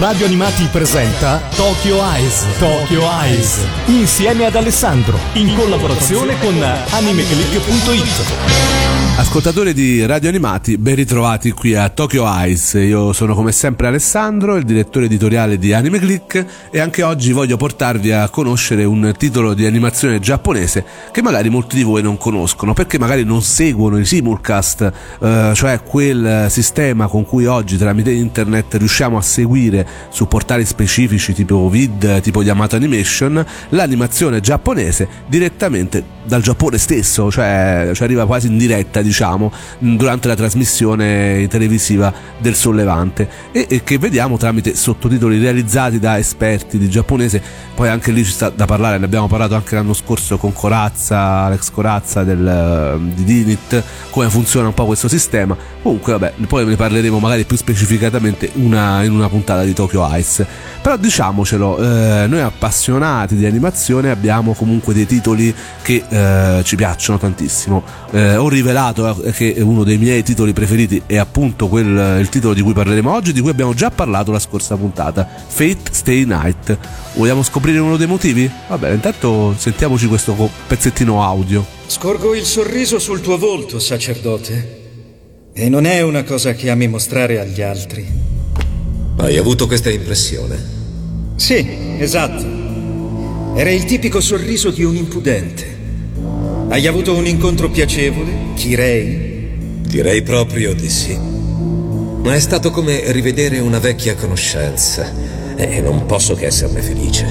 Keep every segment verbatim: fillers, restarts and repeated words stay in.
Radio Animati presenta Tokyo Eyes. Tokyo Eyes. Insieme ad Alessandro. In collaborazione con animeclick punto it. Ascoltatori di Radio Animati, ben ritrovati qui a Tokyo Eyes. Io sono come sempre Alessandro, il direttore editoriale di AnimeClick, e anche oggi voglio portarvi a conoscere un titolo di animazione giapponese che magari molti di voi non conoscono, perché magari non seguono i simulcast, eh, cioè quel sistema con cui oggi tramite internet riusciamo a seguire su portali specifici tipo Vid, tipo Yamato Animation, l'animazione giapponese direttamente dal Giappone stesso, cioè ci arriva quasi in diretta, diciamo, durante la trasmissione televisiva del Sollevante, e, e che vediamo tramite sottotitoli realizzati da esperti di giapponese. Poi anche lì ci sta da parlare, ne abbiamo parlato anche l'anno scorso con Corazza, Alex Corazza del, di Dinit, come funziona un po' questo sistema. Comunque vabbè, poi ne parleremo magari più specificatamente una, in una puntata di Tokyo Eyes. Però diciamocelo, eh, noi appassionati di animazione abbiamo comunque dei titoli che eh, ci piacciono tantissimo. Eh, ho rivelato che uno dei miei titoli preferiti è appunto quel, il titolo di cui parleremo oggi, di cui abbiamo già parlato la scorsa puntata, Fate Stay Night. Vogliamo scoprire uno dei motivi? Vabbè, intanto sentiamoci questo pezzettino audio. Scorgo il sorriso sul tuo volto, sacerdote, e non è una cosa che ami mostrare agli altri. Hai avuto questa impressione? Sì, esatto. Era il tipico sorriso di un impudente. Hai avuto un incontro piacevole, Kirei? Direi proprio di sì. Ma è stato come rivedere una vecchia conoscenza, e non posso che esserne felice.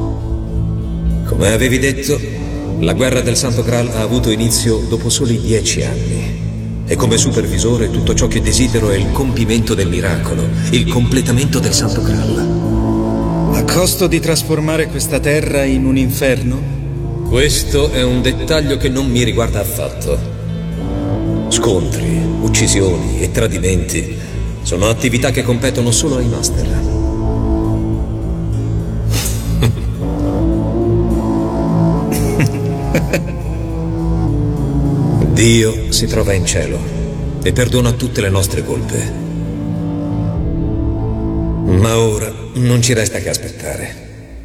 Come avevi detto, la guerra del Santo Graal ha avuto inizio dopo soli dieci anni. E come supervisore tutto ciò che desidero è il compimento del miracolo, il completamento del Santo Graal. A costo di trasformare questa terra in un inferno? Questo è un dettaglio che non mi riguarda affatto. Scontri, uccisioni e tradimenti sono attività che competono solo ai master. Dio si trova in cielo e perdona tutte le nostre colpe. Ma ora non ci resta che aspettare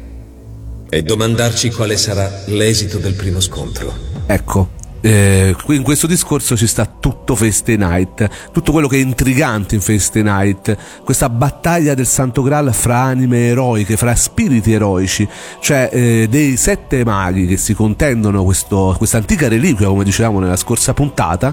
e domandarci quale sarà l'esito del primo scontro. Ecco, eh, in questo discorso ci sta tutto Fate Stay Night, tutto quello che è intrigante in Fate Stay Night, questa battaglia del Santo Graal fra anime eroiche, fra spiriti eroici, cioè eh, dei sette maghi che si contendono questo, questa antica reliquia, come dicevamo nella scorsa puntata.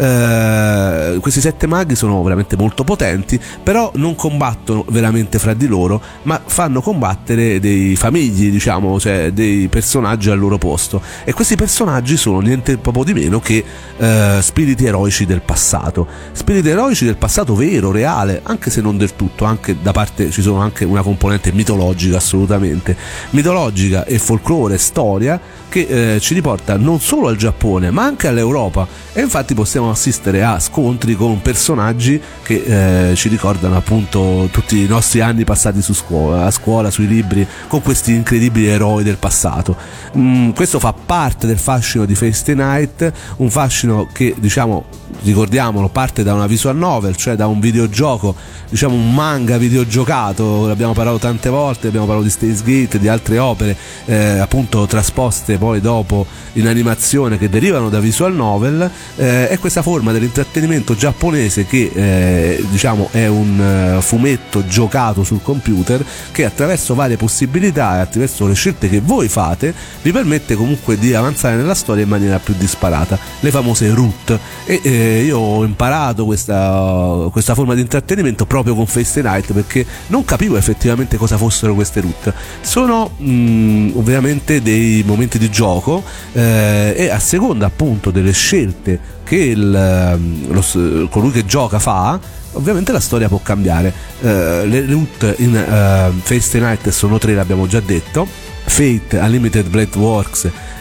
Eh, questi sette maghi sono veramente molto potenti, però non combattono veramente fra di loro, ma fanno combattere dei famigli, diciamo, cioè dei personaggi al loro posto, e questi personaggi sono niente proprio di meno che eh, spiriti eroici del passato, spiriti eroici del passato vero, reale, anche se non del tutto, anche da parte ci sono anche una componente mitologica, assolutamente mitologica, e folklore, storia, che eh, ci riporta non solo al Giappone ma anche all'Europa, e infatti possiamo assistere a scontri con personaggi che eh, ci ricordano appunto tutti i nostri anni passati su scuola, a scuola, sui libri, con questi incredibili eroi del passato. Mm, questo fa parte del fascino di Fate Stay Night, un fascino che, diciamo, ricordiamolo, parte da una visual novel, cioè da un videogioco, diciamo un manga videogiocato. L'abbiamo parlato tante volte, abbiamo parlato di Steins Gate, di altre opere eh, appunto trasposte poi dopo in animazione, che derivano da visual novel. Eh, è questa forma dell'intrattenimento giapponese che eh, diciamo è un uh, fumetto giocato sul computer, che attraverso varie possibilità e attraverso le scelte che voi fate vi permette comunque di avanzare nella storia in maniera più disparata, le famose root. E eh, io ho imparato questa, questa forma di intrattenimento proprio con Fate Stay Night, perché non capivo effettivamente cosa fossero queste root. Sono mh, ovviamente dei momenti di gioco eh, e a seconda appunto delle scelte che il, lo, colui che gioca fa, ovviamente la storia può cambiare. Uh, le root in uh, Fate Stay Night sono tre, l'abbiamo già detto: Fate, Unlimited Blade Works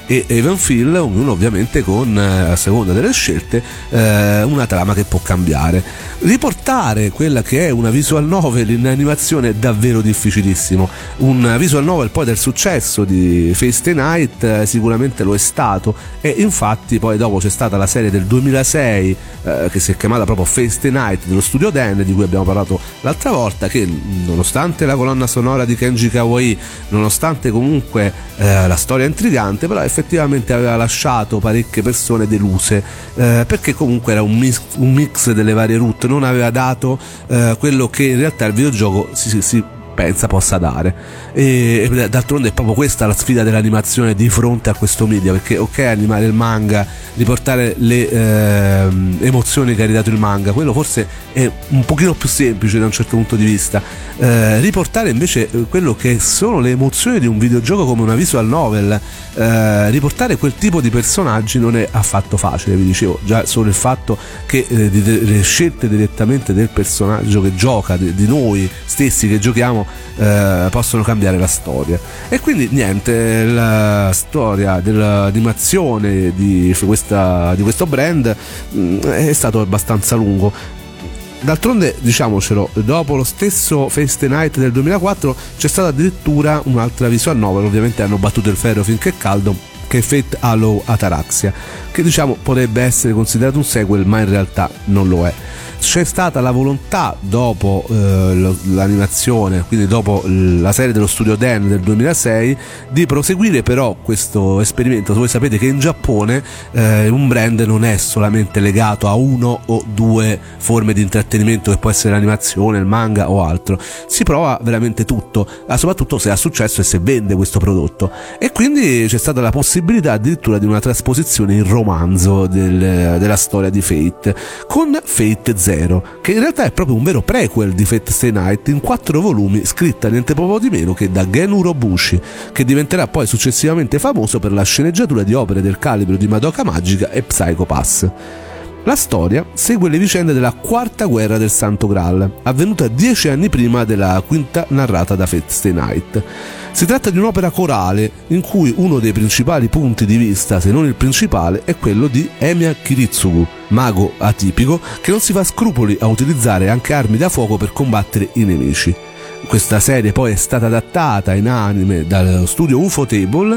e Evan Phil, ognuno ovviamente con, a seconda delle scelte, eh, una trama che può cambiare. Riportare quella che è una visual novel in animazione è davvero difficilissimo. Un visual novel poi del successo di Fate Stay Night eh, sicuramente lo è stato, e infatti poi dopo c'è stata la serie del duemilasei eh, che si è chiamata proprio Fate Stay Night dello studio Dan, di cui abbiamo parlato l'altra volta, che nonostante la colonna sonora di Kenji Kawai, nonostante comunque eh, la storia intrigante, però effettivamente aveva lasciato parecchie persone deluse, eh, perché comunque era un mix, un mix delle varie route, non aveva dato eh, quello che in realtà il videogioco si, si, si pensa possa dare. E, e d'altronde è proprio questa la sfida dell'animazione di fronte a questo media, perché ok animare il manga, riportare le eh, emozioni che ha ridato il manga, quello forse è un pochino più semplice da un certo punto di vista. Eh, riportare invece quello che sono le emozioni di un videogioco come una visual novel, eh, riportare quel tipo di personaggi non è affatto facile. Vi dicevo già solo il fatto che eh, di, le scelte direttamente del personaggio che gioca, di, di noi stessi che giochiamo, Eh, possono cambiare la storia. E quindi niente, la storia dell'animazione di, questa, di questo brand mh, è stato abbastanza lungo. D'altronde, diciamocelo, dopo lo stesso Fate Stay Night del duemilaquattro c'è stata addirittura un'altra visual novel, ovviamente hanno battuto il ferro finché è caldo, che è Fate Halo Ataraxia, che diciamo potrebbe essere considerato un sequel, ma in realtà non lo è. C'è stata la volontà dopo eh, l'animazione, quindi dopo la serie dello studio Dan del duemilasei, di proseguire però questo esperimento. Voi sapete che in Giappone eh, un brand non è solamente legato a uno o due forme di intrattenimento, che può essere l'animazione, il manga o altro, si prova veramente tutto, soprattutto se ha successo e se vende questo prodotto. E quindi c'è stata la possibilità addirittura di una trasposizione in romanzo del, della storia di Fate, con Fate Zero, che in realtà è proprio un vero prequel di Fate Stay Night in quattro volumi, scritta niente poco di meno che da Gen Urobuchi, che diventerà poi successivamente famoso per la sceneggiatura di opere del calibro di Madoka Magica e Psycho Pass. La storia segue le vicende della quarta guerra del Santo Graal, avvenuta dieci anni prima della quinta narrata da Fate Stay Night. Si tratta di un'opera corale in cui uno dei principali punti di vista, se non il principale, è quello di Emiya Kiritsugu, mago atipico che non si fa scrupoli a utilizzare anche armi da fuoco per combattere i nemici. Questa serie poi è stata adattata in anime dallo studio Ufotable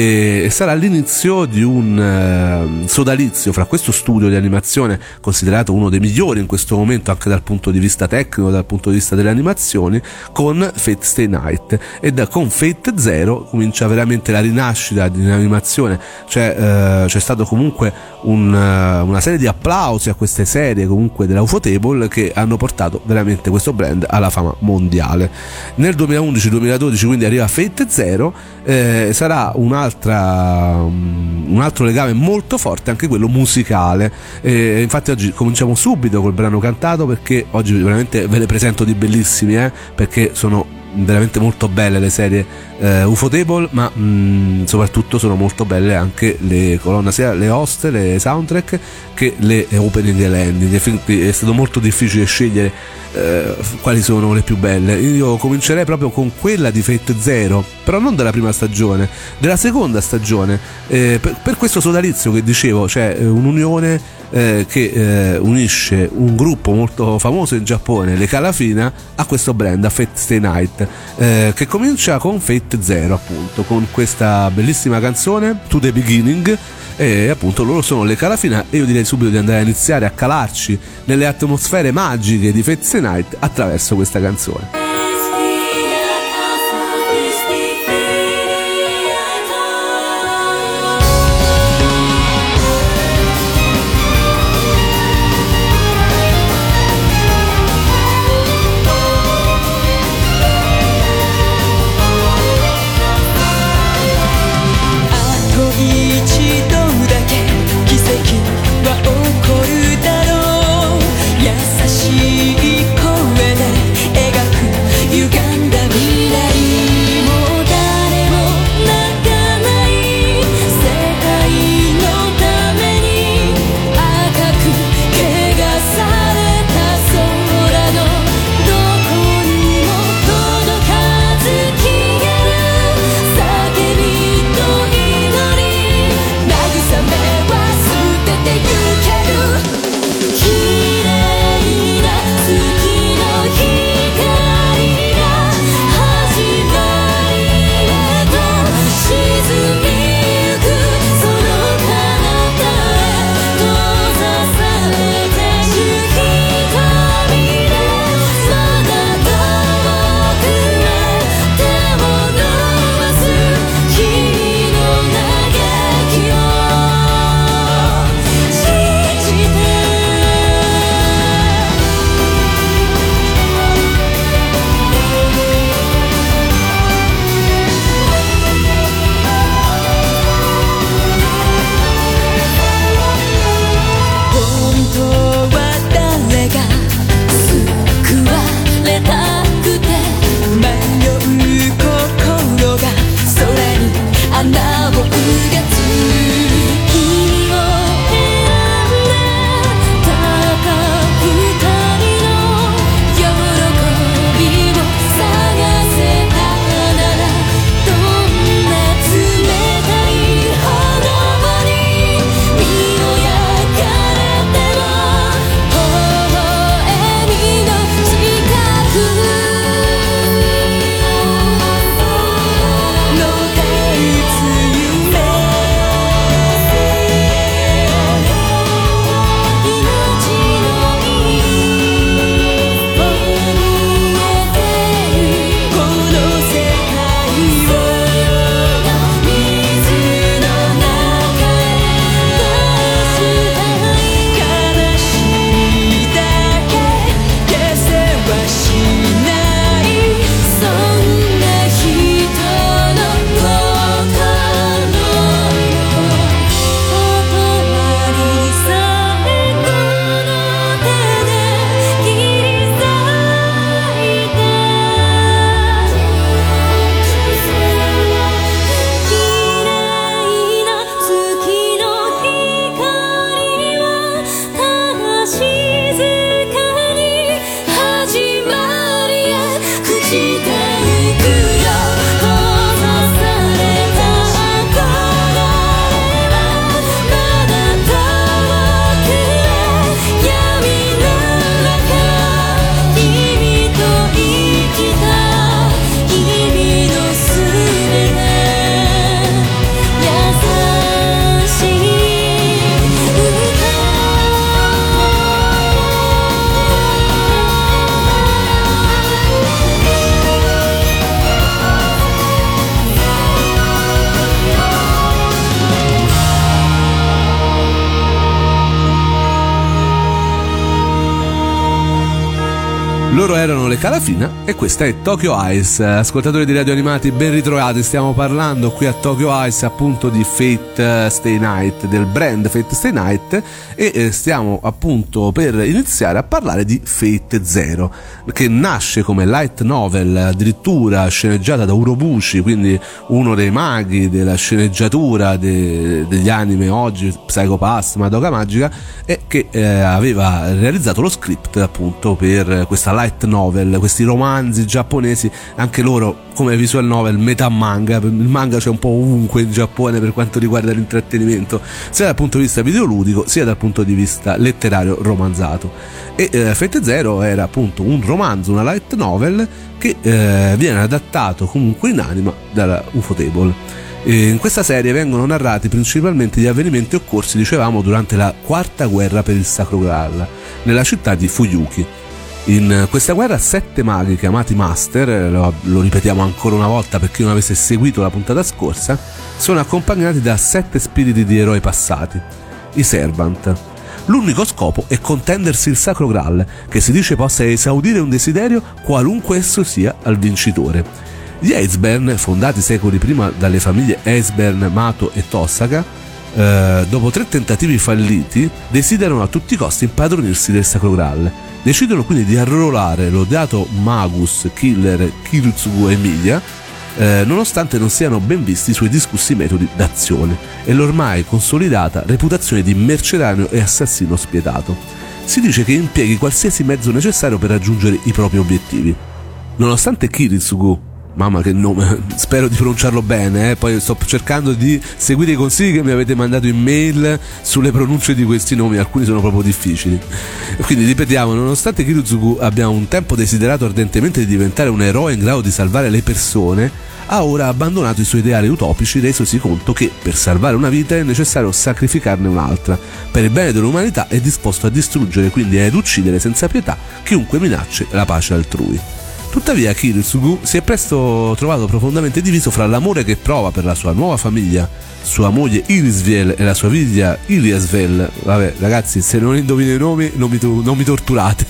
e sarà l'inizio di un uh, sodalizio fra questo studio di animazione, considerato uno dei migliori in questo momento anche dal punto di vista tecnico, dal punto di vista delle animazioni, con Fate Stay Night. E da, con Fate Zero comincia veramente la rinascita di un'animazione. Cioè, uh, c'è stato comunque un, uh, una serie di applausi a queste serie comunque della Ufotable, che hanno portato veramente questo brand alla fama mondiale. Nel duemilaundici duemiladodici quindi arriva Fate Zero, eh, sarà un'altra um, un altro legame molto forte, anche quello musicale. Eh, infatti oggi cominciamo subito col brano cantato, perché oggi veramente ve ne presento di bellissimi, eh, perché sono veramente molto belle le serie eh, Ufotable, ma mh, soprattutto sono molto belle anche le colonne, sia le host, le soundtrack, che le opening e le ending. È stato molto difficile scegliere eh, quali sono le più belle. Io comincerei proprio con quella di Fate Zero, però non della prima stagione, della seconda stagione, eh, per, per questo sodalizio che dicevo, cioè un'unione Eh, che eh, unisce un gruppo molto famoso in Giappone, le Calafina, a questo brand, a Fate Stay Night, eh, che comincia con Fate Zero, appunto, con questa bellissima canzone To The Beginning. E appunto loro sono le Calafina, e io direi subito di andare a iniziare a calarci nelle atmosfere magiche di Fate Stay Night attraverso questa canzone. 優しい声で描く Loro erano le Calafina e questa è Tokyo Eyes. Ascoltatori di Radio Animati, ben ritrovati. Stiamo parlando qui a Tokyo Eyes appunto di Fate Stay Night, del brand Fate Stay Night, e stiamo appunto per iniziare a parlare di Fate Zero, che nasce come light novel, addirittura sceneggiata da Urobuchi, quindi uno dei maghi della sceneggiatura de- degli anime oggi, Psycho Pass, Madoka Magica, e che eh, aveva realizzato lo script appunto per questa light novel, questi romanzi giapponesi, anche loro come visual novel metà manga. Il manga c'è un po' ovunque in Giappone per quanto riguarda l'intrattenimento, sia dal punto di vista videoludico sia dal punto di vista letterario romanzato. E eh, Fate Zero era appunto un romanzo, una light novel che eh, viene adattato comunque in anima dalla Ufotable. E in questa serie vengono narrati principalmente gli avvenimenti occorsi, dicevamo, durante la quarta guerra per il Sacro Graal nella città di Fuyuki. In questa guerra sette maghi chiamati Master, lo, lo ripetiamo ancora una volta per chi non avesse seguito la puntata scorsa, sono accompagnati da sette spiriti di eroi passati, i Servant. L'unico scopo è contendersi il Sacro Graal, che si dice possa esaudire un desiderio qualunque esso sia al vincitore. Gli Eisbern, fondati secoli prima dalle famiglie Eisbern, Mato e Tosaka, eh, dopo tre tentativi falliti, desiderano a tutti i costi impadronirsi del Sacro Graal. Decidono quindi di arruolare l'odiato Magus, Killer, Kiritsugu Emilia, eh, nonostante non siano ben visti i suoi discussi metodi d'azione e l'ormai consolidata reputazione di mercenario e assassino spietato. Si dice che impieghi qualsiasi mezzo necessario per raggiungere i propri obiettivi. Nonostante Kiritsugu, mamma che nome, spero di pronunciarlo bene, eh? Poi sto cercando di seguire i consigli che mi avete mandato in mail sulle pronunce di questi nomi, alcuni sono proprio difficili. Quindi ripetiamo, nonostante Kiritsugu abbia un tempo desiderato ardentemente di diventare un eroe in grado di salvare le persone, ha ora abbandonato i suoi ideali utopici, resosi conto che per salvare una vita è necessario sacrificarne un'altra. Per il bene dell'umanità è disposto a distruggere, quindi ad uccidere senza pietà chiunque minacci la pace altrui. Tuttavia Kiritsugu si è presto trovato profondamente diviso fra l'amore che prova per la sua nuova famiglia, sua moglie Irisviel e la sua figlia Iliasvel, vabbè ragazzi, se non indovino i nomi non mi, tu- non mi torturate,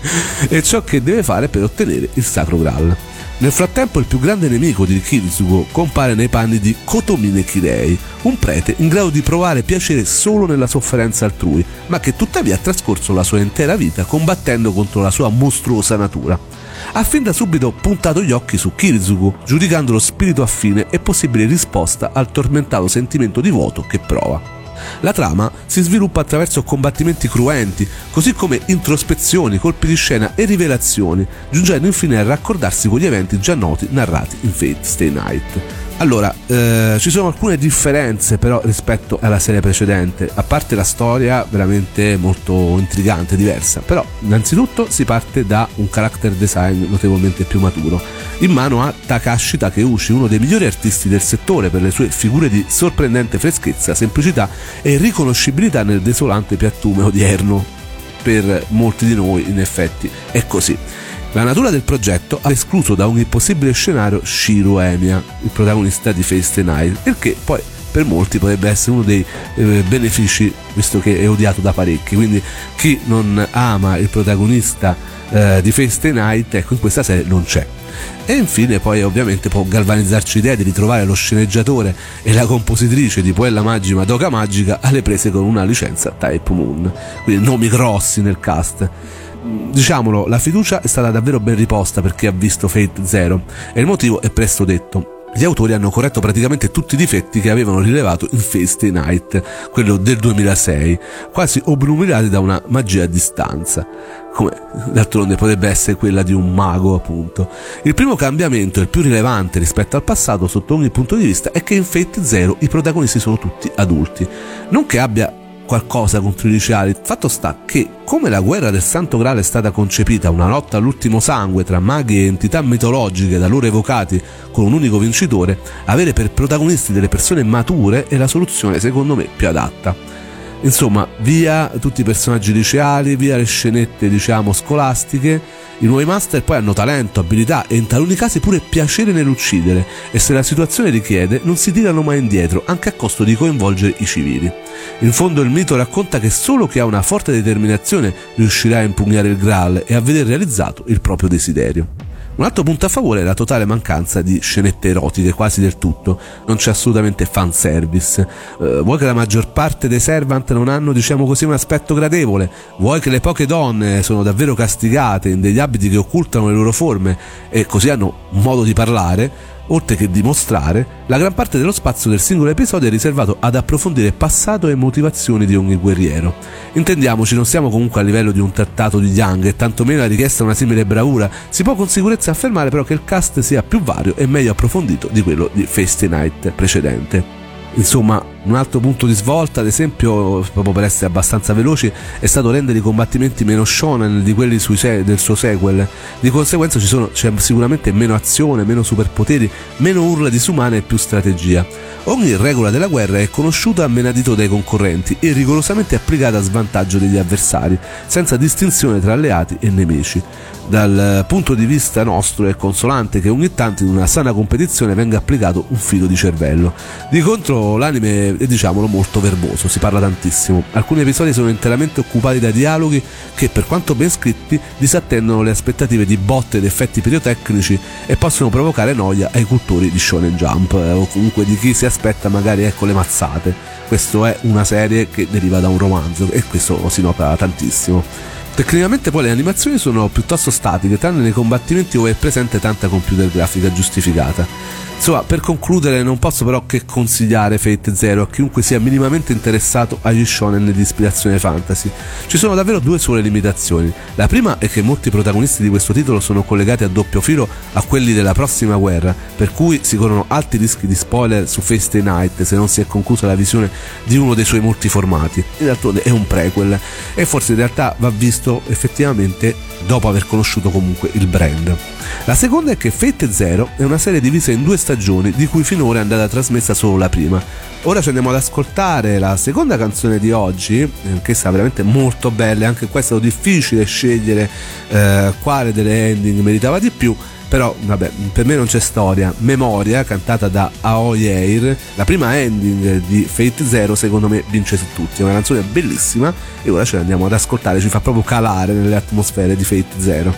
e ciò che deve fare per ottenere il Sacro Graal. Nel frattempo il più grande nemico di Kiritsugu compare nei panni di Kotomine Kirei, un prete in grado di provare piacere solo nella sofferenza altrui, ma che tuttavia ha trascorso la sua intera vita combattendo contro la sua mostruosa natura. Ha fin da subito puntato gli occhi su Kiritsugu, giudicando lo spirito affine e possibile risposta al tormentato sentimento di vuoto che prova. La trama si sviluppa attraverso combattimenti cruenti, così come introspezioni, colpi di scena e rivelazioni, giungendo infine a raccordarsi con gli eventi già noti narrati in Fate Stay Night. Allora, eh, ci sono alcune differenze però rispetto alla serie precedente, a parte la storia veramente molto intrigante, diversa, però innanzitutto si parte da un character design notevolmente più maturo, in mano a Takashi Takeuchi, uno dei migliori artisti del settore per le sue figure di sorprendente freschezza, semplicità e riconoscibilità nel desolante piattume odierno. Per molti di noi in effetti è così. La natura del progetto ha escluso da ogni possibile scenario Shiro Emiya, il protagonista di Fate Stay Night, il che poi per molti potrebbe essere uno dei eh, benefici, visto che è odiato da parecchi. Quindi chi non ama il protagonista eh, di Fate Stay Night, ecco, in questa serie non c'è. E infine poi ovviamente può galvanizzarci l'idea di ritrovare lo sceneggiatore e la compositrice di Puella Magi Madoka Magica alle prese con una licenza Type Moon, quindi nomi grossi nel cast. Diciamolo, la fiducia è stata davvero ben riposta per chi ha visto Fate Zero e il motivo è presto detto. gli autori hanno corretto praticamente tutti i difetti che avevano rilevato in Fate Stay Night, quello del duemilasei, quasi obnubilati da una magia a distanza, come d'altronde potrebbe essere quella di un mago, appunto. Il primo cambiamento, il più rilevante rispetto al passato sotto ogni punto di vista, è che in Fate Zero i protagonisti sono tutti adulti. Non che abbia qualcosa contro i liceali, fatto sta che, come la guerra del Santo Graal è stata concepita una lotta all'ultimo sangue tra maghi e entità mitologiche da loro evocati con un unico vincitore, avere per protagonisti delle persone mature è la soluzione secondo me più adatta. Insomma, via tutti i personaggi liceali, via le scenette diciamo scolastiche. I nuovi master poi hanno talento, abilità e in taluni casi pure piacere nell'uccidere, e se la situazione richiede non si tirano mai indietro, anche a costo di coinvolgere i civili. In fondo il mito racconta che solo chi ha una forte determinazione riuscirà a impugnare il Graal e a veder realizzato il proprio desiderio. Un altro punto a favore è la totale mancanza di scenette erotiche, quasi del tutto. Non c'è assolutamente fanservice. Eh, vuoi che la maggior parte dei servant non hanno, diciamo così, un aspetto gradevole? Vuoi che le poche donne sono davvero castigate in degli abiti che occultano le loro forme e così hanno un modo di parlare? Oltre che dimostrare, la gran parte dello spazio del singolo episodio è riservato ad approfondire passato e motivazioni di ogni guerriero. Intendiamoci, non siamo comunque a livello di un trattato di Young e tantomeno è richiesta una simile bravura. Si può con sicurezza affermare però che il cast sia più vario e meglio approfondito di quello di Fate Stay Night precedente. Insomma, un altro punto di svolta, ad esempio, proprio per essere abbastanza veloci, è stato rendere i combattimenti meno shonen di quelli sui se- del suo sequel. Di conseguenza ci sono, c'è sicuramente meno azione, meno superpoteri, meno urla disumane e più strategia. Ogni regola della guerra è conosciuta a menadito dai concorrenti e rigorosamente applicata a svantaggio degli avversari, senza distinzione tra alleati e nemici. Dal punto di vista nostro è consolante che ogni tanto in una sana competizione venga applicato un filo di cervello. Di contro l'anime è, diciamolo, molto verboso, si parla tantissimo. Alcuni episodi sono interamente occupati da dialoghi che, per quanto ben scritti, disattendono le aspettative di botte ed effetti pirotecnici e possono provocare noia ai cultori di Shonen Jump eh, o comunque di chi si aspetta magari ecco le mazzate. Questo è una serie che deriva da un romanzo e questo si nota tantissimo. Tecnicamente poi le animazioni sono piuttosto statiche, tranne nei combattimenti dove è presente tanta computer grafica giustificata. Insomma, per concludere, non posso però che consigliare Fate Zero a chiunque sia minimamente interessato agli shonen di ispirazione fantasy. Ci sono davvero due sole limitazioni. La prima è che molti protagonisti di questo titolo sono collegati a doppio filo a quelli della prossima guerra, per cui si corrono alti rischi di spoiler su Fate Stay Night se non si è conclusa la visione di uno dei suoi molti formati. In realtà è un prequel e forse in realtà va visto effettivamente dopo aver conosciuto comunque il brand. La seconda è che Fate Zero è una serie divisa in due stagioni, di cui finora è andata trasmessa solo la prima. Ora ci andiamo ad ascoltare la seconda canzone di oggi, che sta veramente molto bella, anche qua è stato difficile scegliere eh, quale delle ending meritava di più, però vabbè, per me non c'è storia. Memoria, cantata da Aoi Air, la prima ending di Fate Zero, secondo me vince su tutti, è una canzone bellissima e ora ce la andiamo ad ascoltare, ci fa proprio calare nelle atmosfere di Fate Zero.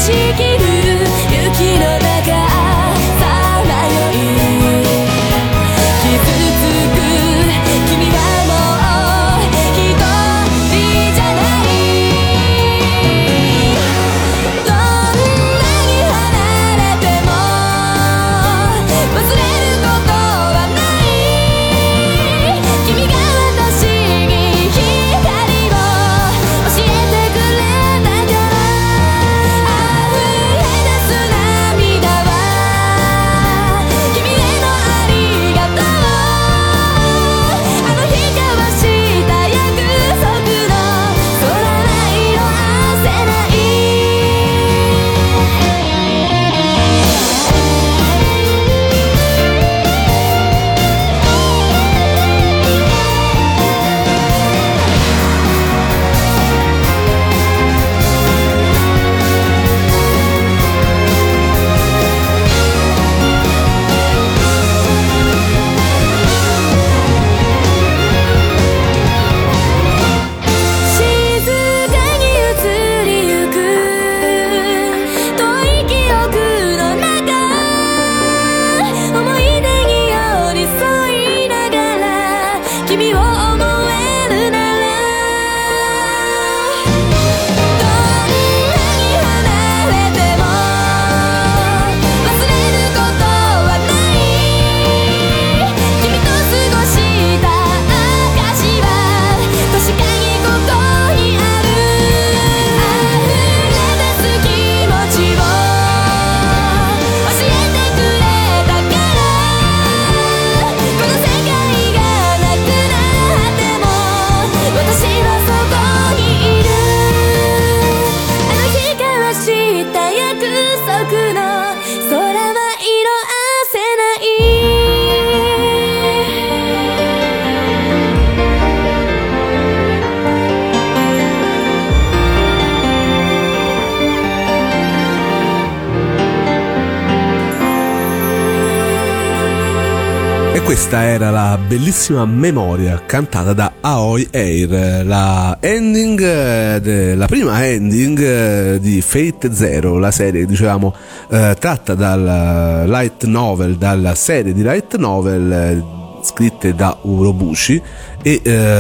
Questa era la bellissima Memoria cantata da Aoi Air, la ending, de, la prima ending di Fate Zero, la serie, dicevamo, eh, tratta dal light novel, dalla serie di light novel eh, scritte da Urobuchi e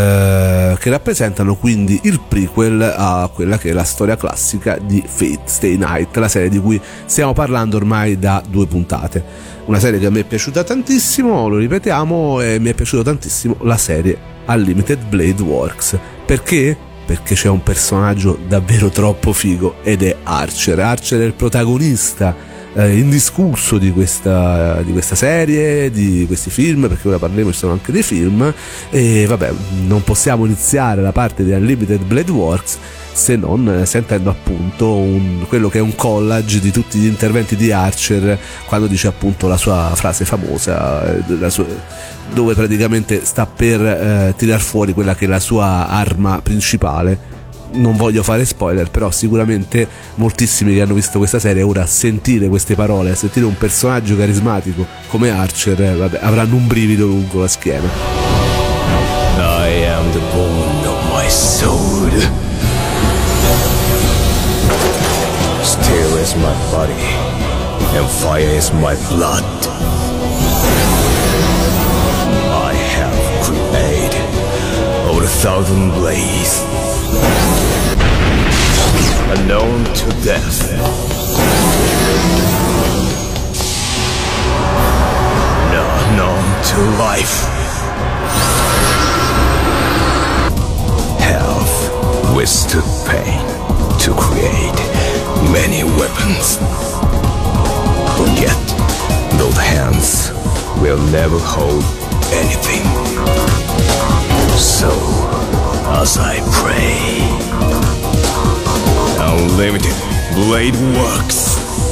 eh, che rappresentano quindi il prequel a quella che è la storia classica di Fate Stay Night, la serie di cui stiamo parlando ormai da due puntate. Una serie che a me è piaciuta tantissimo, lo ripetiamo, e mi è piaciuta tantissimo la serie Unlimited Blade Works. Perché? Perché c'è un personaggio davvero troppo figo ed è Archer. Archer è il protagonista eh, indiscusso di questa, di questa serie, di questi film, perché ora parleremo, ci sono anche dei film, e vabbè, non possiamo iniziare la parte di Unlimited Blade Works se non sentendo appunto un, quello che è un collage di tutti gli interventi di Archer quando dice appunto la sua frase famosa, la sua, dove praticamente sta per eh, tirar fuori quella che è la sua arma principale. Non voglio fare spoiler, però sicuramente moltissimi che hanno visto questa serie ora a sentire queste parole, a sentire un personaggio carismatico come Archer, eh, vabbè, avranno un brivido lungo la schiena. I am the bone of my sword. Steel is my body, and fire is my blood. I have created all the thousand blades, unknown to death, not known to life. Have withstood pain to create many weapons. Yet those hands will never hold anything. So, as I pray, Unlimited Blade Works.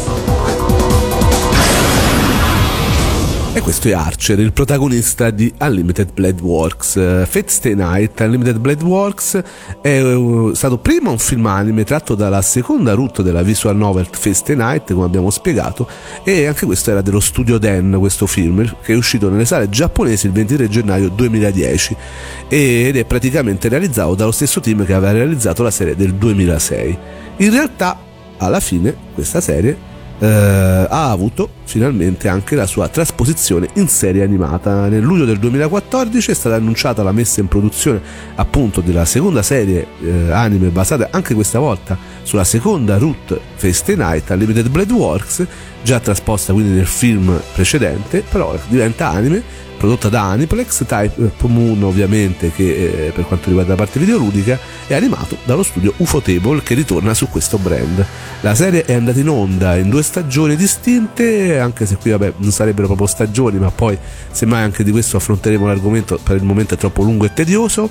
E questo è Archer, il protagonista di Unlimited Blade Works. Fate Stay Night, Unlimited Blade Works è stato prima un film anime tratto dalla seconda route della visual novel Fate Stay Night, come abbiamo spiegato, e anche questo era dello studio Den, questo film, che è uscito nelle sale giapponesi il ventitré gennaio duemiladieci ed è praticamente realizzato dallo stesso team che aveva realizzato la serie del duemilasei. In realtà alla fine questa serie eh, ha avuto finalmente anche la sua trasposizione in serie animata. Nel luglio del duemilaquattordici è stata annunciata la messa in produzione appunto della seconda serie eh, anime basata anche questa volta sulla seconda route Fate Stay Night Unlimited Blade Works, già trasposta quindi nel film precedente, però diventa anime prodotta da Aniplex. Type Moon ovviamente, che eh, per quanto riguarda la parte videoludica è animato dallo studio Ufotable, che ritorna su questo brand. La serie è andata in onda in due stagioni distinte, anche se qui vabbè non sarebbero proprio stagioni, ma poi semmai anche di questo affronteremo l'argomento, per il momento è troppo lungo e tedioso.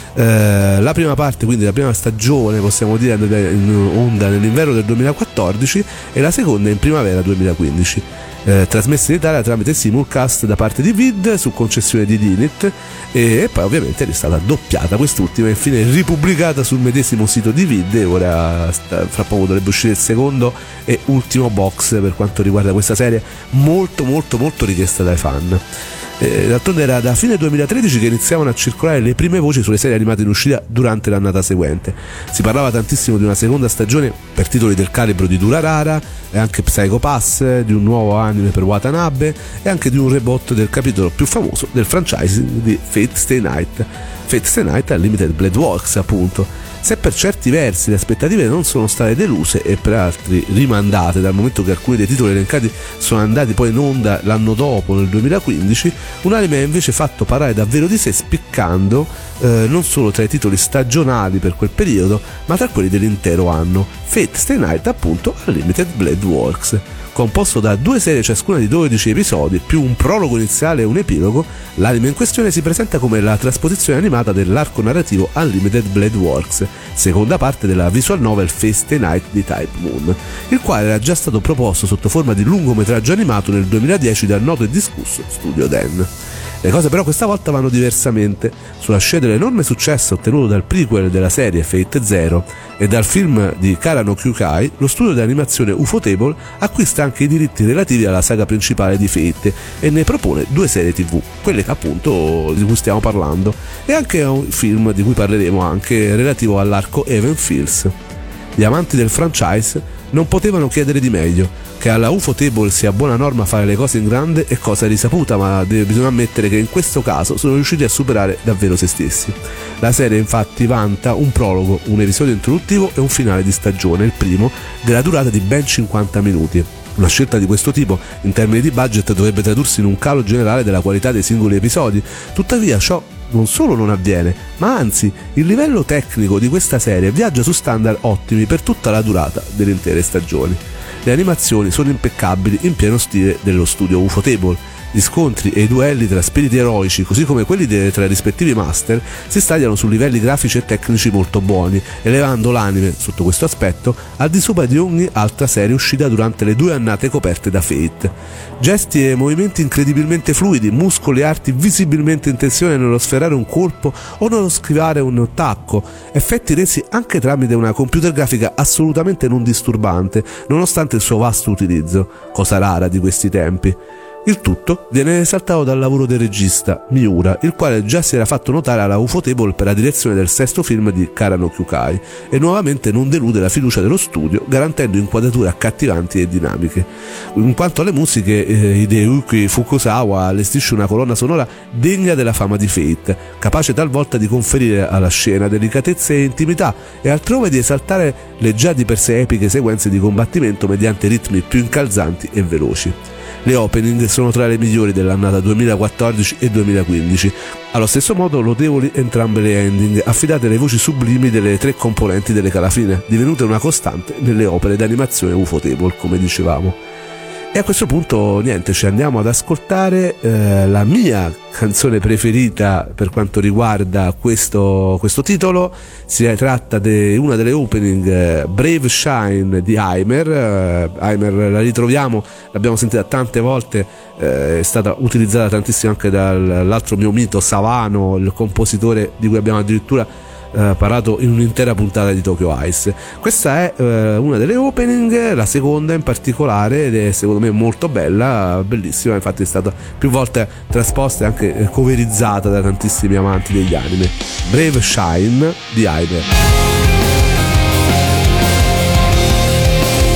Eh, la prima parte, quindi la prima stagione, possiamo dire, è andata in onda nell'inverno del duemilaquattordici e la seconda in primavera duemilaquindici. Eh, trasmessa in Italia tramite simulcast da parte di Vid su concessione di Dinit, e poi ovviamente è stata doppiata quest'ultima e infine ripubblicata sul medesimo sito di Vid, e ora sta, fra poco dovrebbe uscire il secondo e ultimo box per quanto riguarda questa serie molto molto molto richiesta dai fan. Eh, d'altronde era da fine duemilatredici che iniziavano a circolare le prime voci sulle serie animate in uscita durante l'annata seguente. Si parlava tantissimo di una seconda stagione per titoli del calibro di Durarara e anche Psycho Pass, di un nuovo anime per Watanabe e anche di un reboot del capitolo più famoso del franchising di Fate Stay Night, Fate Stay Night Unlimited Blade Works appunto. Se per certi versi le aspettative non sono state deluse e per altri rimandate, dal momento che alcuni dei titoli elencati sono andati poi in onda l'anno dopo, nel duemilaquindici, un anime ha invece fatto parlare davvero di sé, spiccando eh, non solo tra i titoli stagionali per quel periodo, ma tra quelli dell'intero anno. Fate Stay Night appunto Unlimited Blade Works. Composto da due serie ciascuna di dodici episodi più un prologo iniziale e un epilogo, l'anime in questione si presenta come la trasposizione animata dell'arco narrativo Unlimited Blade Works, seconda parte della visual novel Fate Stay Night di Type Moon, il quale era già stato proposto sotto forma di lungometraggio animato nel duemiladieci dal noto e discusso Studio Den. Le cose però questa volta vanno diversamente. Sulla scia dell'enorme successo ottenuto dal prequel della serie Fate Zero e dal film di Karano Kyukai, lo studio di animazione Ufotable acquista anche i diritti relativi alla saga principale di Fate e ne propone due serie tv, quelle appunto di cui stiamo parlando, e anche un film di cui parleremo anche relativo all'arco Even Fields. Gli amanti del franchise non potevano chiedere di meglio. Che alla Ufotable sia buona norma fare le cose in grande è cosa risaputa, ma bisogna ammettere che in questo caso sono riusciti a superare davvero se stessi. La serie infatti vanta un prologo, un episodio introduttivo e un finale di stagione, il primo, della durata di ben cinquanta minuti. Una scelta di questo tipo in termini di budget dovrebbe tradursi in un calo generale della qualità dei singoli episodi, tuttavia ciò non solo non avviene, ma anzi il livello tecnico di questa serie viaggia su standard ottimi per tutta la durata delle intere stagioni. Le animazioni sono impeccabili in pieno stile dello studio Ufotable. Gli scontri e i duelli tra spiriti eroici, così come quelli de- tra i rispettivi master, si stagliano su livelli grafici e tecnici molto buoni, elevando l'anime, sotto questo aspetto, al di sopra di ogni altra serie uscita durante le due annate coperte da Fate. Gesti e movimenti incredibilmente fluidi, muscoli e arti visibilmente in tensione nello sferrare un colpo o nello schivare un tacco, effetti resi anche tramite una computer grafica assolutamente non disturbante, nonostante il suo vasto utilizzo, cosa rara di questi tempi. Il tutto viene esaltato dal lavoro del regista Miura, il quale già si era fatto notare alla Ufotable per la direzione del sesto film di Karano Kyukai e nuovamente non delude la fiducia dello studio, garantendo inquadrature accattivanti e dinamiche. In quanto alle musiche, eh, Hideyuki Fukusawa allestisce una colonna sonora degna della fama di Fate, capace talvolta di conferire alla scena delicatezza e intimità e altrove di esaltare le già di per sé epiche sequenze di combattimento mediante ritmi più incalzanti e veloci. Le opening sono tra le migliori dell'annata duemilaquattordici e duemilaquindici. Allo stesso modo lodevoli entrambe le ending, affidate alle voci sublimi delle tre componenti delle Calafine, divenute una costante nelle opere d'animazione Ufotable, come dicevamo. E a questo punto niente, ci andiamo ad ascoltare eh, la mia canzone preferita per quanto riguarda questo, questo titolo. Si tratta di una delle opening, eh, Brave Shine di Heimer. eh, Heimer la ritroviamo, l'abbiamo sentita tante volte, eh, è stata utilizzata tantissimo anche dall'altro mio mito Savano, il compositore di cui abbiamo addirittura Uh, parlato in un'intera puntata di Tokyo Ice. Questa è uh, una delle opening, la seconda in particolare, ed è secondo me molto bella, bellissima, infatti è stata più volte trasposta e anche coverizzata da tantissimi amanti degli anime. Brave Shine di Heimer.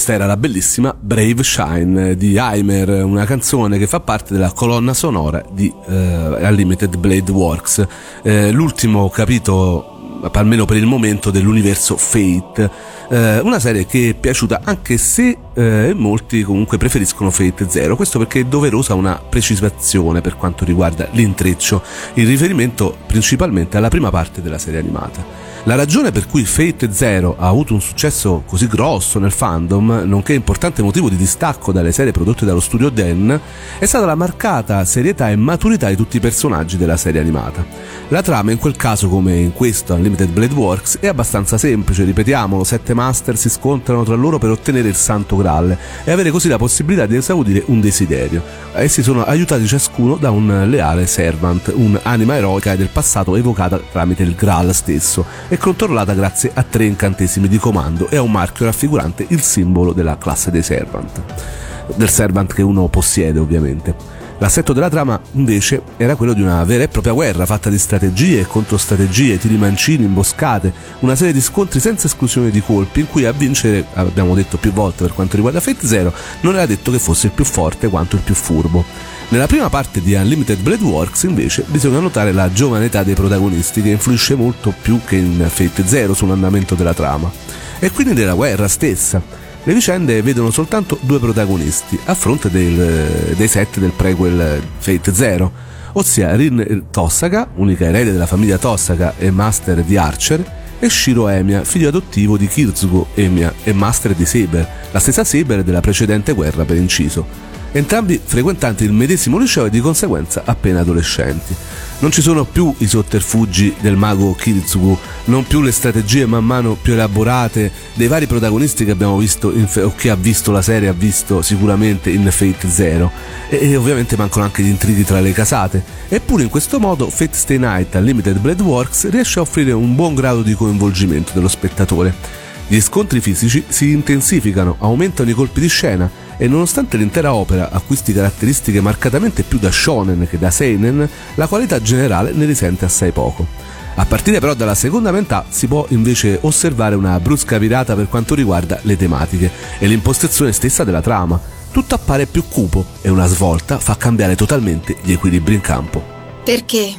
questa era la bellissima Brave Shine di Heimer, una canzone che fa parte della colonna sonora di uh, Unlimited Blade Works, uh, l'ultimo capitolo, almeno per il momento, dell'universo Fate, eh, una serie che è piaciuta anche se eh, molti comunque preferiscono Fate Zero. Questo perché è doverosa una precisazione per quanto riguarda l'intreccio, in riferimento principalmente alla prima parte della serie animata. La ragione per cui Fate Zero ha avuto un successo così grosso nel fandom, nonché importante motivo di distacco dalle serie prodotte dallo studio Den, è stata la marcata serietà e maturità di tutti i personaggi della serie animata. La trama in quel caso, come in questo Unlimited Blade Works, è abbastanza semplice, ripetiamolo: sette master si scontrano tra loro per ottenere il Santo Graal e avere così la possibilità di esaudire un desiderio. Essi sono aiutati ciascuno da un leale servant, un'anima eroica del passato evocata tramite il Graal stesso e controllata grazie a tre incantesimi di comando e a un marchio raffigurante il simbolo della classe dei servant, del servant che uno possiede ovviamente. L'assetto della trama invece era quello di una vera e propria guerra fatta di strategie e controstrategie, tiri mancini, imboscate, una serie di scontri senza esclusione di colpi, in cui a vincere, abbiamo detto più volte per quanto riguarda Fate Zero, non era detto che fosse il più forte quanto il più furbo. Nella prima parte di Unlimited Blade Works invece bisogna notare la giovane età dei protagonisti, che influisce molto più che in Fate Zero sull'andamento della trama, e quindi della guerra stessa. Le vicende vedono soltanto due protagonisti a fronte del, dei set del prequel Fate Zero, ossia Rin Tosaga, unica erede della famiglia Tosaga e master di Archer, e Shiro Emiya, figlio adottivo di Kirzugo Emiya e master di Saber, la stessa Saber della precedente guerra per inciso. Entrambi frequentanti il medesimo liceo e di conseguenza appena adolescenti. Non ci sono più i sotterfugi del mago Kirzugo, non più le strategie man mano più elaborate dei vari protagonisti che abbiamo visto in, o che ha visto la serie ha visto sicuramente in Fate Zero, e, e ovviamente mancano anche gli intrighi tra le casate. Eppure in questo modo Fate Stay Night Unlimited Blade Works riesce a offrire un buon grado di coinvolgimento dello spettatore. Gli scontri fisici si intensificano, aumentano i colpi di scena e nonostante l'intera opera acquisti caratteristiche marcatamente più da shonen che da seinen, la qualità generale ne risente assai poco. A partire però dalla seconda metà si può invece osservare una brusca virata per quanto riguarda le tematiche e l'impostazione stessa della trama. Tutto appare più cupo e una svolta fa cambiare totalmente gli equilibri in campo. Perché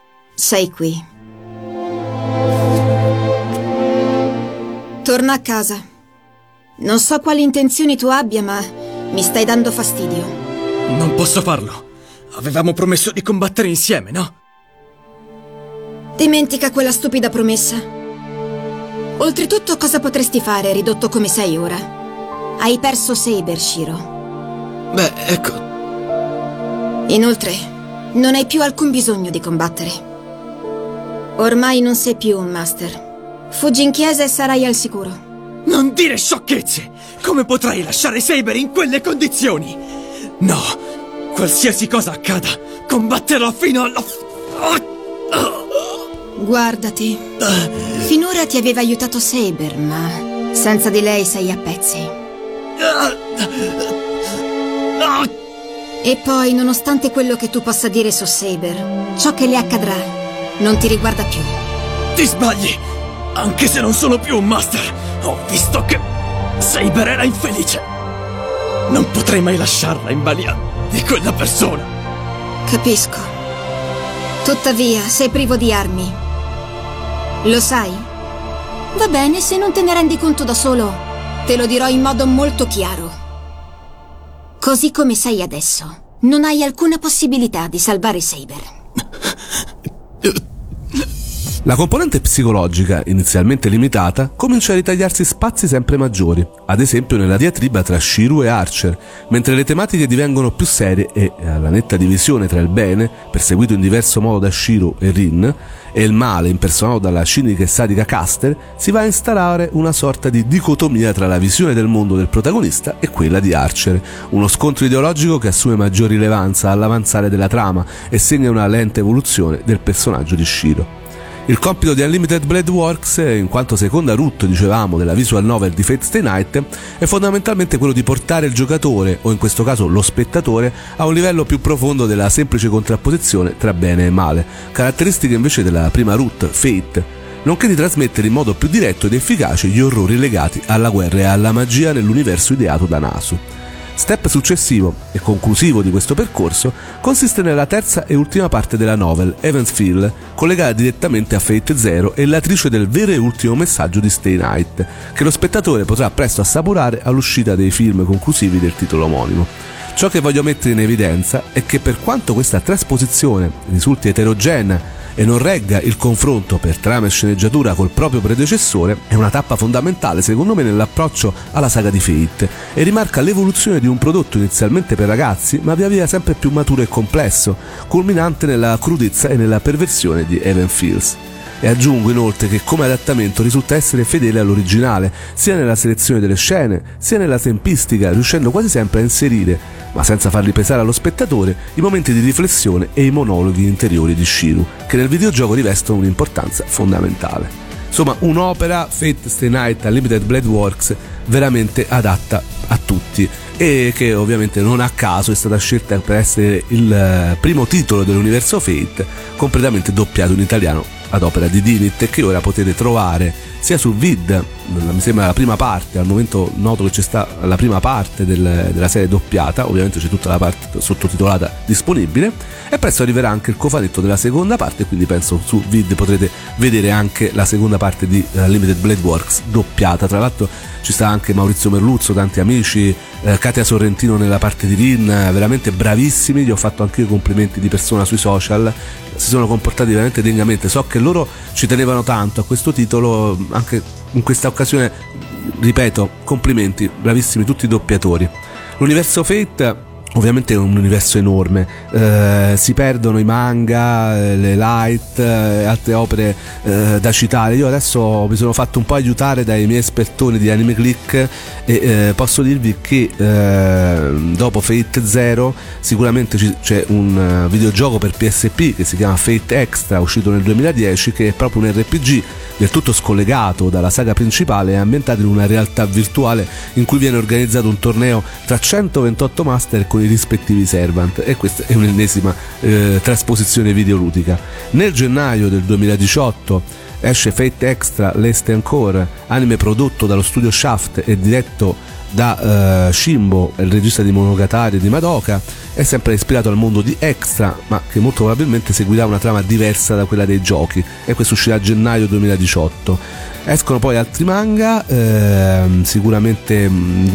sei qui? Torna a casa. Non so quali intenzioni tu abbia, ma mi stai dando fastidio. Non posso farlo. Avevamo promesso di combattere insieme, no? Dimentica quella stupida promessa. Oltretutto, cosa potresti fare ridotto come sei ora? Hai perso Saber, Shiro. Beh, ecco. Inoltre, non hai più alcun bisogno di combattere. Ormai non sei più un master. Fuggi in chiesa e sarai al sicuro. Non dire sciocchezze! Come potrai lasciare Saber in quelle condizioni? No, qualsiasi cosa accada, combatterò fino alla... Guardati. Finora ti aveva aiutato Saber, ma senza di lei sei a pezzi. E poi, nonostante quello che tu possa dire su Saber, ciò che le accadrà non ti riguarda più. Ti sbagli! Anche se non sono più un master, ho visto che Saber era infelice. Non potrei mai lasciarla in balia di quella persona. Capisco. Tuttavia, sei privo di armi. Lo sai? Va bene, se non te ne rendi conto da solo, te lo dirò in modo molto chiaro. Così come sei adesso, non hai alcuna possibilità di salvare Saber. La componente psicologica, inizialmente limitata, comincia a ritagliarsi spazi sempre maggiori, ad esempio nella diatriba tra Shiro e Archer, mentre le tematiche divengono più serie e, alla netta divisione tra il bene, perseguito in diverso modo da Shiro e Rin, e il male, impersonato dalla cinica e sadica Caster, si va a instaurare una sorta di dicotomia tra la visione del mondo del protagonista e quella di Archer, uno scontro ideologico che assume maggior rilevanza all'avanzare della trama e segna una lenta evoluzione del personaggio di Shiro. Il compito di Unlimited Blade Works, in quanto seconda root, dicevamo, della visual novel di Fate Stay Night, è fondamentalmente quello di portare il giocatore, o in questo caso lo spettatore, a un livello più profondo della semplice contrapposizione tra bene e male, caratteristiche invece della prima root, Fate. nonché di trasmettere in modo più diretto ed efficace gli orrori legati alla guerra e alla magia nell'universo ideato da Nasu. Step successivo e conclusivo di questo percorso consiste nella terza e ultima parte della novel, Evansville, collegata direttamente a Fate Zero e l'atrice del vero e ultimo messaggio di Stay Night, che lo spettatore potrà presto assaporare all'uscita dei film conclusivi del titolo omonimo. Ciò che voglio mettere in evidenza è che per quanto questa trasposizione risulti eterogenea e non regga il confronto per trama e sceneggiatura col proprio predecessore, è una tappa fondamentale secondo me nell'approccio alla saga di Fate e rimarca l'evoluzione di un prodotto inizialmente per ragazzi ma via via sempre più maturo e complesso, culminante nella crudezza e nella perversione di Evan Fields. E aggiungo inoltre che come adattamento risulta essere fedele all'originale, sia nella selezione delle scene, sia nella tempistica, riuscendo quasi sempre a inserire, ma senza farli pesare allo spettatore, i momenti di riflessione e i monologhi interiori di Shiru, che nel videogioco rivestono un'importanza fondamentale. Insomma, un'opera, Fate Stay Night Unlimited Blade Works, veramente adatta a tutti e che ovviamente non a caso è stata scelta per essere il primo titolo dell'universo Fate completamente doppiato in italiano ad opera di Dinit e che ora potete trovare sia su Vid, mi sembra la prima parte, al momento noto che c'è sta la prima parte del, della serie doppiata, ovviamente c'è tutta la parte sottotitolata disponibile e presto arriverà anche il cofanetto della seconda parte, quindi penso su Vid potrete vedere anche la seconda parte di Unlimited Blade Works doppiata. Tra l'altro ci sta anche Maurizio Merluzzo, tanti amici, eh, Katia Sorrentino nella parte di Rin, veramente bravissimi, gli ho fatto anche io complimenti di persona sui social, si sono comportati veramente degnamente, so che loro ci tenevano tanto a questo titolo, anche in questa occasione ripeto, complimenti, bravissimi tutti i doppiatori. L'universo Fate ovviamente è un universo enorme, eh, si perdono i manga, le light, eh, altre opere eh, da citare. Io adesso mi sono fatto un po' aiutare dai miei espertoni di Anime Click e eh, posso dirvi che eh, dopo Fate Zero sicuramente c- c'è un videogioco per P S P che si chiama Fate Extra, uscito nel duemiladieci, che è proprio un R P G del tutto scollegato dalla saga principale e ambientato in una realtà virtuale in cui viene organizzato un torneo tra centoventotto master con i rispettivi servant, e questa è un'ennesima eh, trasposizione videoludica. Nel gennaio del duemiladiciotto esce Fate Extra Last Encore, anime prodotto dallo studio Shaft e diretto da uh, Shimbo, il regista di Monogatari e di Madoka. È sempre ispirato al mondo di Extra, ma che molto probabilmente seguirà una trama diversa da quella dei giochi, e questo uscirà a gennaio duemiladiciotto. Escono poi altri manga, ehm, sicuramente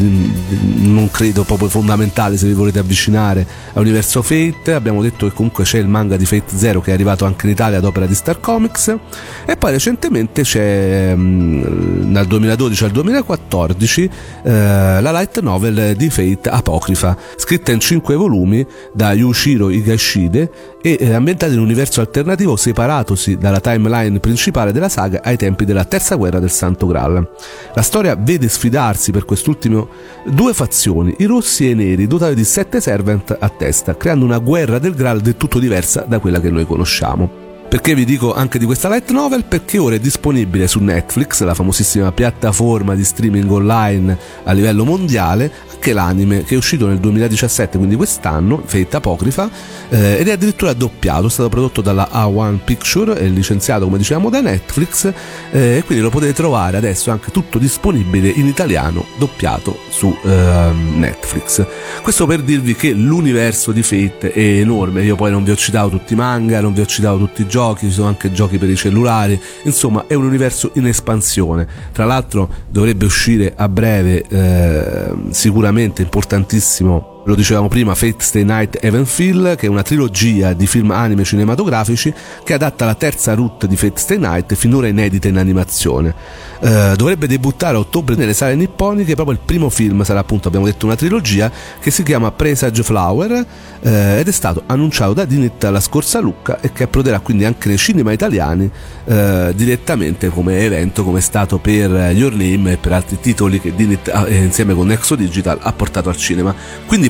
mh, non credo proprio fondamentale se vi volete avvicinare all'universo Fate. Abbiamo detto che comunque c'è il manga di Fate Zero che è arrivato anche in Italia ad opera di Star Comics, e poi recentemente c'è mh, dal duemiladodici al duemilaquattordici eh, la light novel di Fate Apocrifa, scritta in cinque volumi da Yushiro Higashide e eh, ambientata in un universo alternativo separatosi dalla timeline principale della saga ai tempi della terza guerra del Santo Graal. La storia vede sfidarsi per quest'ultimo due fazioni, i rossi e i neri, dotate di sette servant a testa, creando una guerra del Graal del tutto diversa da quella che noi conosciamo. Perché vi dico anche di questa light novel? Perché ora è disponibile su Netflix, la famosissima piattaforma di streaming online a livello mondiale, anche l'anime che è uscito nel duemiladiciassette, quindi quest'anno, Fate Apocrifa, eh, ed è addirittura doppiato, è stato prodotto dalla A uno Picture e licenziato come dicevamo da Netflix, eh, e quindi lo potete trovare adesso anche tutto disponibile in italiano doppiato su eh, Netflix. Questo per dirvi che l'universo di Fate è enorme. Io poi non vi ho citato tutti i manga, non vi ho citato tutti i giochi, ci sono anche giochi per i cellulari, insomma è un universo in espansione. Tra l'altro dovrebbe uscire a breve, eh, sicuramente importantissimo, lo dicevamo prima, Fate Stay Night Evansville, che è una trilogia di film anime cinematografici che adatta la terza route di Fate Stay Night, finora inedita in animazione. Uh, dovrebbe debuttare a ottobre nelle sale nipponiche. Proprio il primo film sarà, appunto, abbiamo detto, una trilogia che si chiama Presage Flower, uh, ed è stato annunciato da Dinit la scorsa Lucca e che approderà quindi anche nei cinema italiani uh, direttamente come evento, come è stato per Your Name e per altri titoli che Dinit uh, insieme con Nexo Digital ha portato al cinema. Quindi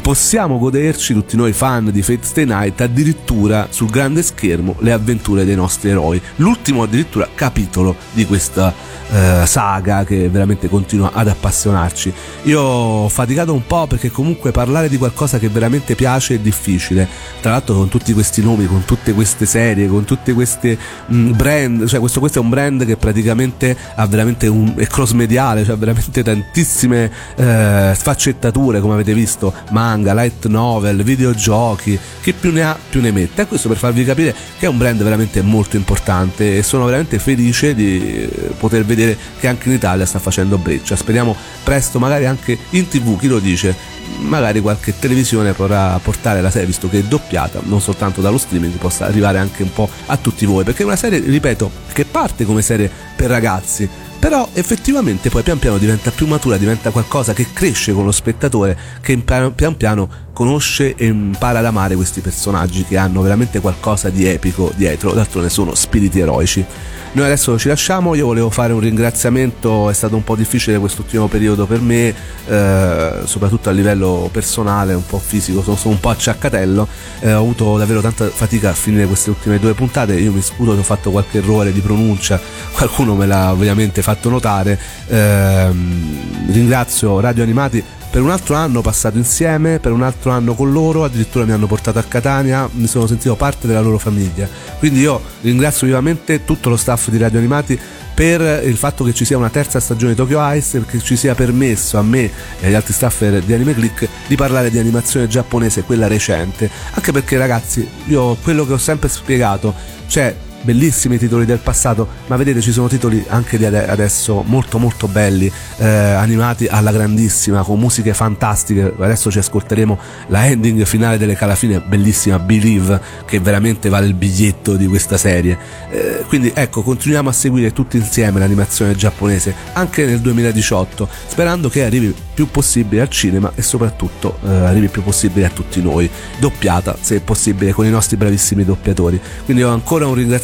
possiamo goderci, tutti noi fan di Fate Stay Night, addirittura sul grande schermo le avventure dei nostri eroi. L'ultimo addirittura capitolo di questa eh, saga che veramente continua ad appassionarci. Io ho faticato un po' perché comunque parlare di qualcosa che veramente piace è difficile, tra l'altro con tutti questi nomi, con tutte queste serie, con tutte queste mh, brand, cioè questo, questo è un brand che praticamente ha veramente un, è cross mediale, cioè veramente tantissime eh, sfaccettature, come avete visto, manga, light novel, videogiochi, chi più ne ha più ne mette. E questo per farvi capire che è un brand veramente molto importante, e sono veramente felice di poter vedere che anche in Italia sta facendo breccia. Speriamo presto, magari anche in tv, chi lo dice, magari qualche televisione potrà portare la serie, visto che è doppiata, non soltanto dallo streaming, possa arrivare anche un po' a tutti voi, perché è una serie, ripeto, che parte come serie per ragazzi, però effettivamente poi pian piano diventa più matura, diventa qualcosa che cresce con lo spettatore, che pian pian, piano conosce e impara ad amare questi personaggi che hanno veramente qualcosa di epico dietro, d'altronde sono spiriti eroici. Noi adesso ci lasciamo, io volevo fare un ringraziamento, è stato un po' difficile quest'ultimo periodo per me, eh, soprattutto a livello personale, un po' fisico, sono, sono un po' acciaccatello, eh, ho avuto davvero tanta fatica a finire queste ultime due puntate, io mi scuso se ho fatto qualche errore di pronuncia, qualcuno me l'ha ovviamente fatto notare. eh, ringrazio Radio Animati per un altro anno passato insieme, per un altro anno con loro, addirittura mi hanno portato a Catania, mi sono sentito parte della loro famiglia, quindi io ringrazio vivamente tutto lo staff di Radio Animati per il fatto che ci sia una terza stagione di Tokyo Ice, perché ci sia permesso a me e agli altri staffer di Anime Click di parlare di animazione giapponese, quella recente, anche perché ragazzi, io quello che ho sempre spiegato, cioè bellissimi titoli del passato, ma vedete ci sono titoli anche di adesso molto molto belli, eh, animati alla grandissima, con musiche fantastiche. Adesso ci ascolteremo la ending finale delle Calafine, bellissima, Believe, che veramente vale il biglietto di questa serie. Eh, quindi ecco, continuiamo a seguire tutti insieme l'animazione giapponese anche nel duemiladiciotto, sperando che arrivi più possibile al cinema e soprattutto eh, arrivi più possibile a tutti noi, doppiata se possibile con i nostri bravissimi doppiatori. Quindi ho ancora un ringraziamento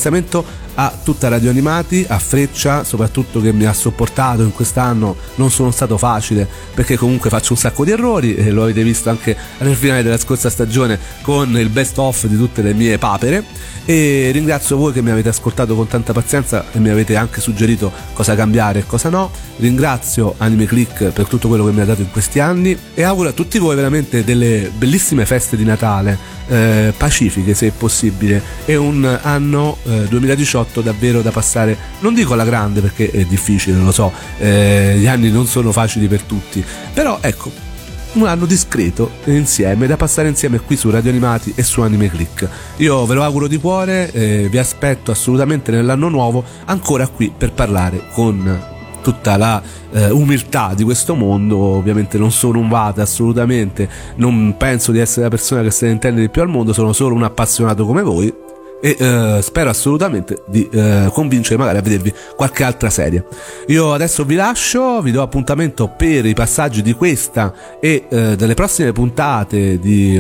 a tutta Radio Animati, a Freccia soprattutto, che mi ha sopportato in quest'anno. Non sono stato facile perché comunque faccio un sacco di errori, e lo avete visto anche nel finale della scorsa stagione con il best of di tutte le mie papere. E ringrazio voi che mi avete ascoltato con tanta pazienza e mi avete anche suggerito cosa cambiare e cosa no. Ringrazio Anime Click per tutto quello che mi ha dato in questi anni, e auguro a tutti voi veramente delle bellissime feste di Natale, eh, pacifiche se è possibile, e un anno eh, duemiladiciotto davvero da passare, non dico alla grande perché è difficile, lo so, eh, gli anni non sono facili per tutti, però ecco, un anno discreto insieme, da passare insieme qui su Radio Animati e su Anime Click. Io ve lo auguro di cuore, eh, vi aspetto assolutamente nell'anno nuovo ancora qui per parlare con tutta la eh, umiltà di questo mondo. Ovviamente non sono un vate, assolutamente non penso di essere la persona che se ne intende di più al mondo, sono solo un appassionato come voi, e eh, spero assolutamente di eh, convincere magari a vedervi qualche altra serie. Io adesso vi lascio, vi do appuntamento per i passaggi di questa e eh, delle prossime puntate di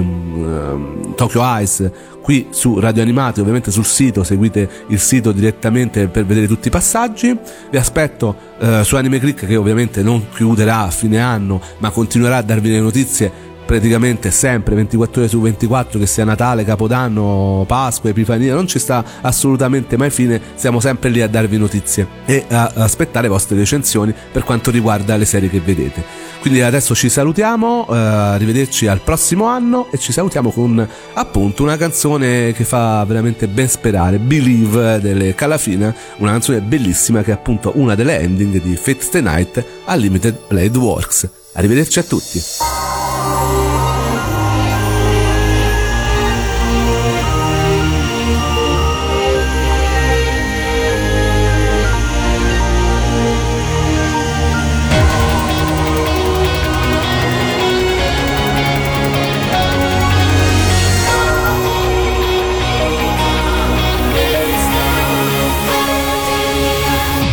um, Tokyo Ice qui su Radio Animati, ovviamente sul sito, seguite il sito direttamente per vedere tutti i passaggi. Vi aspetto eh, su Anime Click, che ovviamente non chiuderà a fine anno ma continuerà a darvi le notizie praticamente sempre ventiquattro ore su ventiquattro, che sia Natale, Capodanno, Pasqua, Epifania, non ci sta assolutamente mai fine, siamo sempre lì a darvi notizie e a aspettare vostre recensioni per quanto riguarda le serie che vedete. Quindi adesso ci salutiamo, eh, arrivederci al prossimo anno, e ci salutiamo con appunto una canzone che fa veramente ben sperare, Believe delle Calafina, una canzone bellissima che è appunto una delle ending di Fate Stay Night Unlimited Blade Works. Arrivederci a tutti.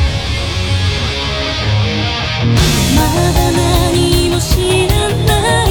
まだ何も知らない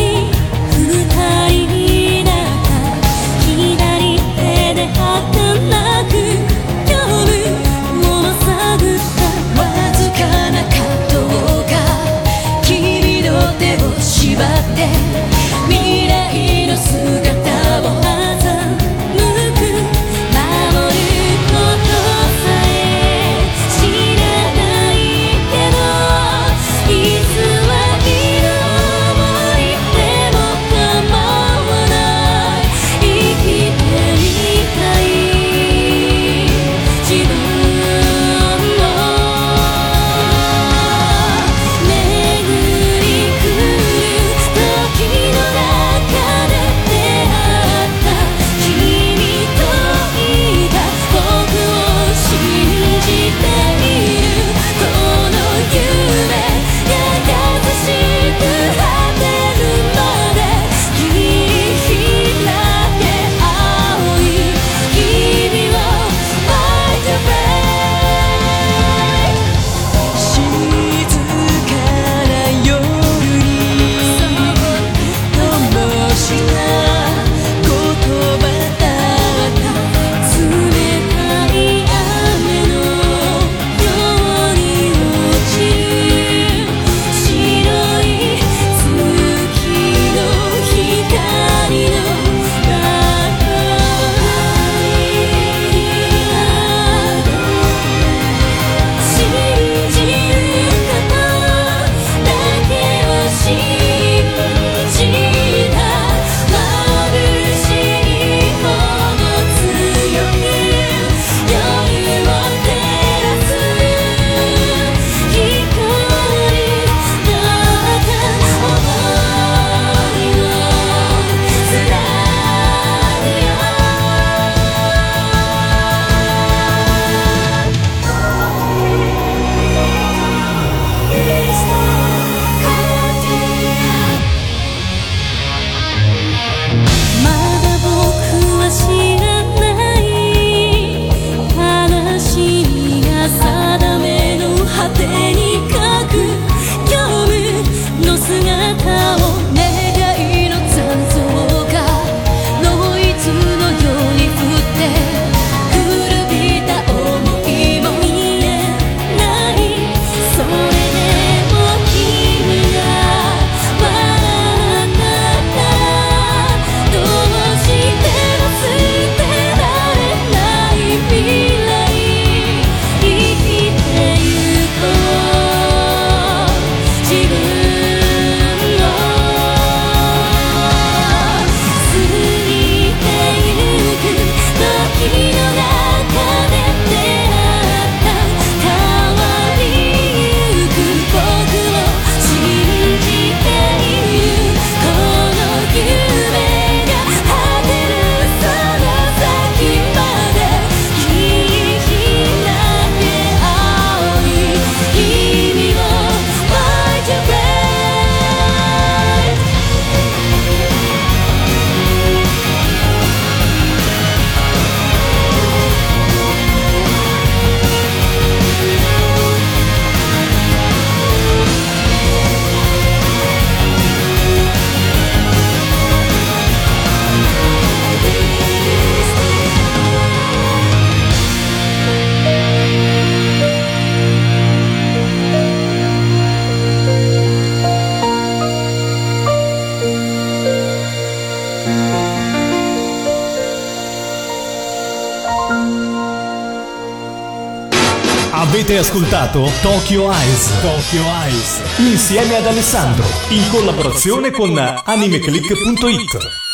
Avete ascoltato Tokyo Eyes, Tokyo Eyes, insieme ad Alessandro, in collaborazione con animeclick punto it.